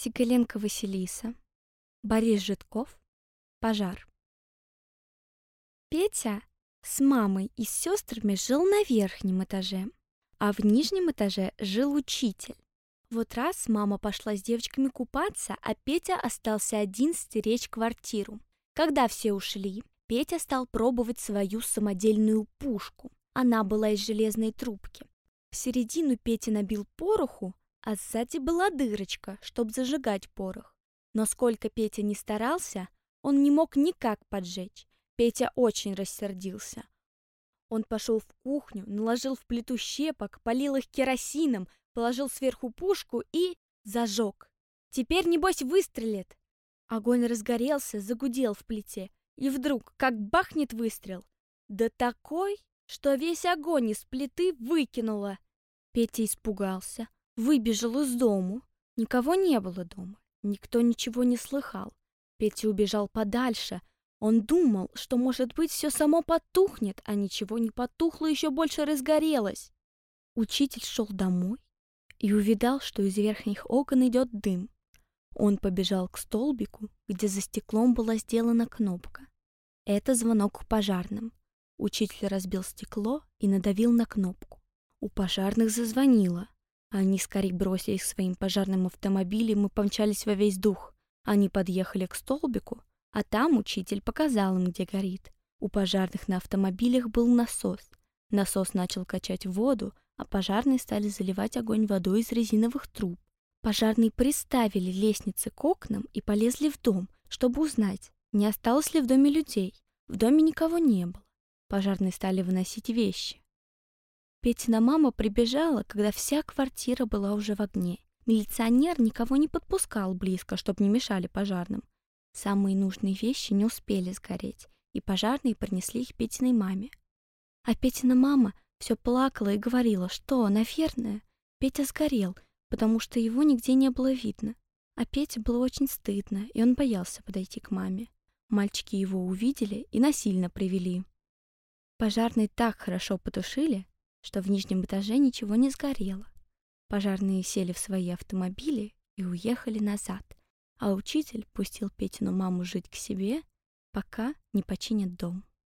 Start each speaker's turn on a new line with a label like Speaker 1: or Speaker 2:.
Speaker 1: Сигаленко Василиса, Борис Житков. Пожар. Петя с мамой и с сестрами жил на верхнем этаже, а в нижнем этаже жил учитель. Вот раз мама пошла с девочками купаться, а Петя остался один стеречь квартиру. Когда все ушли, Петя стал пробовать свою самодельную пушку. Она была из железной трубки. В середину Петя набил пороху, а сзади была дырочка, чтобы зажигать порох. Но сколько Петя ни старался, он не мог никак поджечь. Петя очень рассердился. Он пошел в кухню, наложил в плиту щепок, полил их керосином, положил сверху пушку и зажег. Теперь, небось, выстрелит. Огонь разгорелся, загудел в плите. И вдруг, как бахнет выстрел. Да такой, что весь огонь из плиты выкинуло. Петя испугался, выбежал из дому. Никого не было дома, никто ничего не слыхал. Петя убежал подальше. Он думал, что, может быть, все само потухнет, а ничего не потухло, еще больше разгорелось. Учитель шел домой и увидал, что из верхних окон идет дым. Он побежал к столбику, где за стеклом была сделана кнопка. Это звонок к пожарным. Учитель разбил стекло и надавил на кнопку. У пожарных зазвонило. Они скорее бросились к своим пожарным автомобилям и помчались во весь дух. Они подъехали к столбику, а там учитель показал им, где горит. У пожарных на автомобилях был насос. Насос начал качать воду, а пожарные стали заливать огонь водой из резиновых труб. Пожарные приставили лестницы к окнам и полезли в дом, чтобы узнать, не осталось ли в доме людей. В доме никого не было. Пожарные стали выносить вещи. Петина мама прибежала, когда вся квартира была уже в огне. Милиционер никого не подпускал близко, чтобы не мешали пожарным. Самые нужные вещи не успели сгореть, и пожарные принесли их Петиной маме. А Петина мама все плакала и говорила, что, наверное, Петя сгорел, потому что его нигде не было видно. А Пете было очень стыдно, и он боялся подойти к маме. Мальчики его увидели и насильно привели. Пожарные так хорошо потушили, что в нижнем этаже ничего не сгорело. Пожарные сели в свои автомобили и уехали назад, а учитель пустил Петину маму жить к себе, пока не починят дом.